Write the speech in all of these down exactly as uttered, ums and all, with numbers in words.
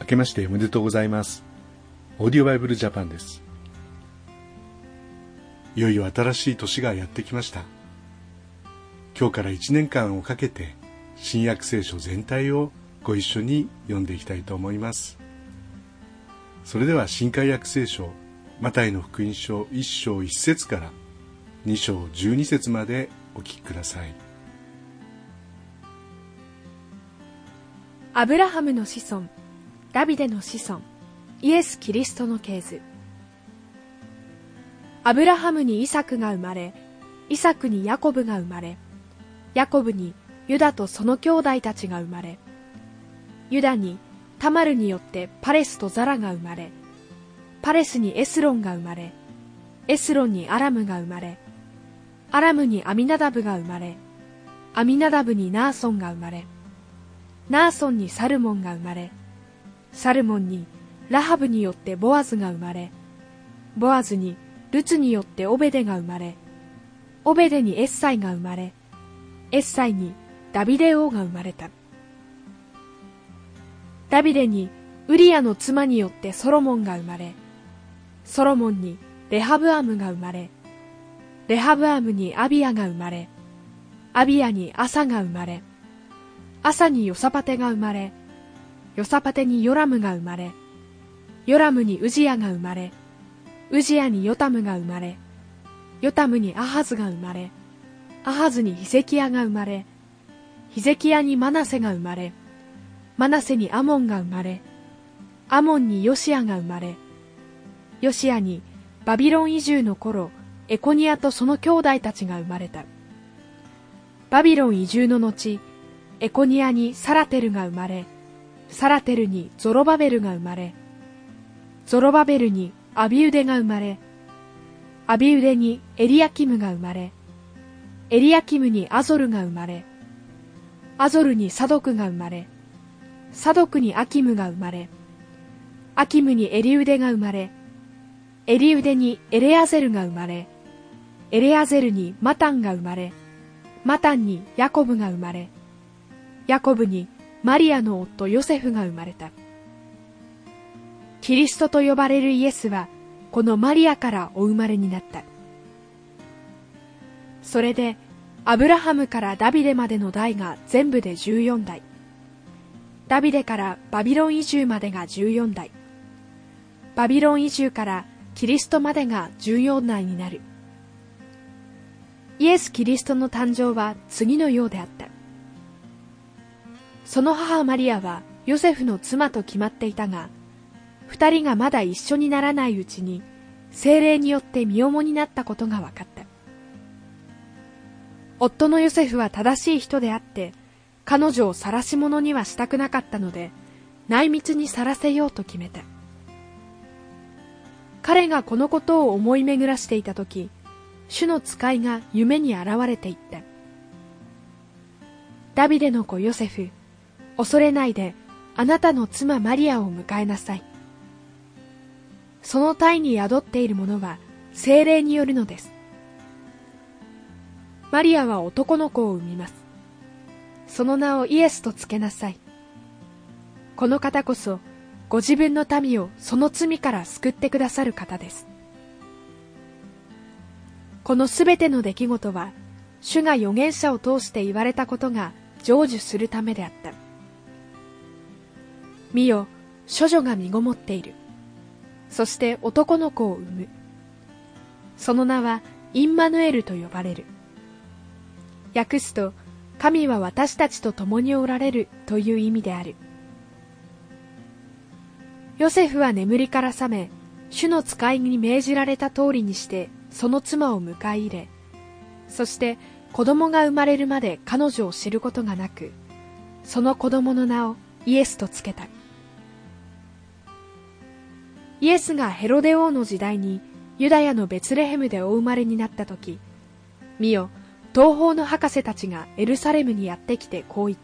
明けましておめでとうございます。オーディオバイブルジャパンです。いよいよ新しい年がやってきました。今日からいちねんかんをかけて新約聖書全体をご一緒に読んでいきたいと思います。それでは新海約聖書マタイの福音書いっ章いち節からに章じゅうに節までお聞きください。 アブラハムの子孫、ダビデの子孫、イエス・キリストの系図。アブラハムにイサクが生まれ、イサクにヤコブが生まれ、ヤコブにユダとその兄弟たちが生まれ、ユダにタマルによってパレスとザラが生まれ、パレスにエスロンが生まれ、エスロンにアラムが生まれ、アラムにアミナダブが生まれ、アミナダブにナーソンが生まれ、ナーソンにサルモンが生まれ、サルモンにラハブによってボアズが生まれ、ボアズにルツによってオベデが生まれ、オベデにエッサイが生まれ、エッサイにダビデ王が生まれた。ダビデにウリアの妻によってソロモンが生まれ、ソロモンにレハブアムが生まれ、レハブアムにアビアが生まれ、アビアにアサが生まれ、アサにヨサパテが生まれ、ヨサパテにヨラムが生まれ、ヨラムにウジヤが生まれ、ウジヤにヨタムが生まれ、ヨタムにアハズが生まれ、アハズにヒゼキヤが生まれ、ヒゼキヤにマナセが生まれ、マナセにアモンが生まれ、アモンにヨシアが生まれ、ヨシアにバビロン移住の頃、エコニアとその兄弟たちが生まれた。バビロン移住の後、エコニアにサラテルが生まれ、サラテルにゾロバベルが生まれ、ゾロバベルにアビウデが生まれ、アビウデにエリアキムが生まれ、エリアキムにアゾルが生まれ、アゾルにサドクが生まれ、サドクにアキムが生まれ、アキムにエリウデが生まれ、エリウデにエレアゼルが生まれ、エレアゼルにマタンが生まれ、マタンにヤコブが生まれ、ヤコブにマリアの夫ヨセフが生まれた。キリストと呼ばれるイエスはこのマリアからお生まれになった。それでアブラハムからダビデまでの代が全部でじゅうよん代、ダビデからバビロン移住までがじゅうよん代、バビロン移住からキリストまでがじゅうよん代になる。イエス・キリストの誕生は次のようであった。その母マリアはヨセフの妻と決まっていたが、二人がまだ一緒にならないうちに聖霊によって身重になったことが分かった。夫のヨセフは正しい人であって、彼女を晒し者にはしたくなかったので、内密に晒せようと決めた。彼がこのことを思い巡らしていたとき、主の使いが夢に現れていった。ダビデの子ヨセフ、恐れないであなたの妻マリアを迎えなさい。その胎に宿っているものは聖霊によるのです。マリアは男の子を産みます。その名をイエスとつけなさい。この方こそご自分の民をその罪から救ってくださる方です。このすべての出来事は主が預言者を通して言われたことが成就するためであった。見よ、処女が身ごもっている。そして男の子を産む。その名はインマヌエルと呼ばれる。訳すと、神は私たちと共におられるという意味である。ヨセフは眠りから覚め、主の使いに命じられた通りにしてその妻を迎え入れ、そして子供が生まれるまで彼女を知ることがなく、その子供の名をイエスとつけた。イエスがヘロデ王の時代にユダヤのベツレヘムでお生まれになったとき、見よ、東方の博士たちがエルサレムにやってきてこう言った。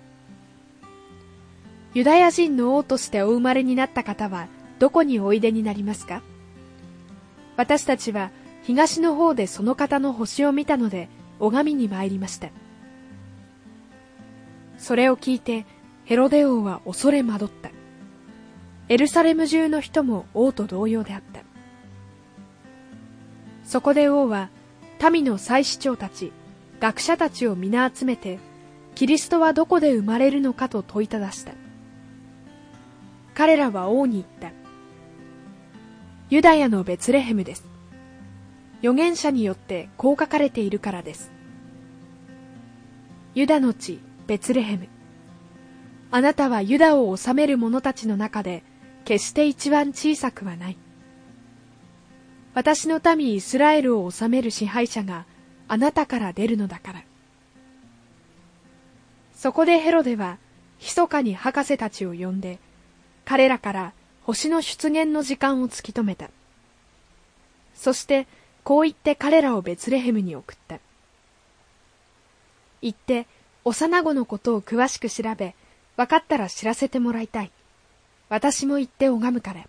ユダヤ人の王としてお生まれになった方はどこにおいでになりますか？私たちは東の方でその方の星を見たので拝みに参りました。それを聞いてヘロデ王は恐れ惑った。 エルサレム中の人も王と同様であった。そこで王は民の祭司長たち、学者たちを皆集めて、キリストはどこで生まれるのかと問いただした。彼らは王に言った。ユダヤのベツレヘムです。預言者によってこう書かれているからです。ユダの地ベツレヘム、あなたはユダを治める者たちの中で決して一番小さくはない。私の民イスラエルを治める支配者があなたから出るのだから。そこでヘロデは密かに博士たちを呼んで、彼らから星の出現の時間を突き止めた。そしてこう言って彼らをベツレヘムに送った。行って幼子のことを詳しく調べ、分かったら知らせてもらいたい。私も行って拝むから。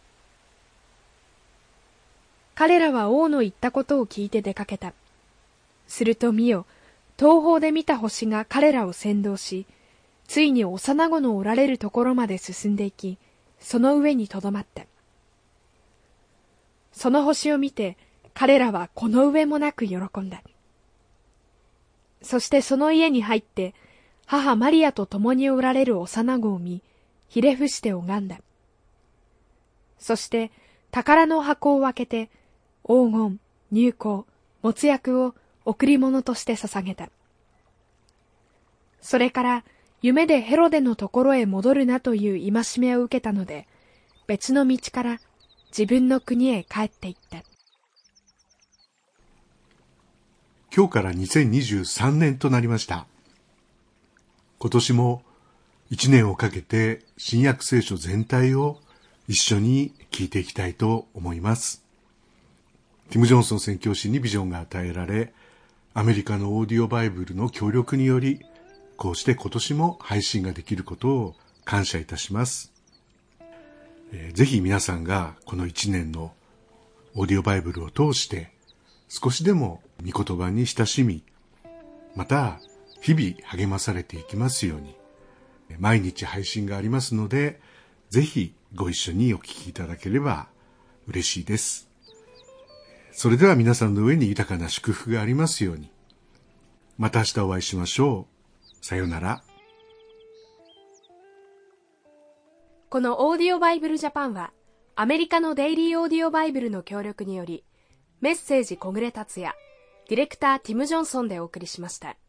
彼らは王の言ったことを聞いて出かけた。すると見よ、東方で見た星が彼らを先導し、ついに幼子のおられるところまで進んでいき、その上にとどまった。その星を見て、彼らはこの上もなく喜んだ。そしてその家に入って、母マリアと共におられる幼子を見、ひれ伏して拝んだ。そして宝の箱を開けて、黄金、乳香、没薬を贈り物として捧げた。それから夢でヘロデのところへ戻るなという戒めを受けたので、別の道から自分の国へ帰っていった。 今日からにせんにじゅうさんねんとなりました。今年もいちねんをかけて新約聖書全体を一緒に聞いていきたいと思います。ティム・ジョンソン宣教師にビジョンが与えられ、アメリカのオーディオバイブルの協力により、こうして今年も配信ができることを感謝いたします。えー、ぜひ皆さんがこのいちねんのオーディオバイブルを通して少しでも御言葉に親しみ、また日々励まされていきますように、毎日配信がありますので、ぜひご一緒にお聞きいただければ嬉しいです。それでは皆さんの上に豊かな祝福がありますように。また明日お会いしましょう。さようなら。 このオーディオバイブルジャパンは、アメリカのデイリーオーディオバイブルの協力により、メッセージ小暮達也、ディレクターティム・ジョンソンでお送りしました。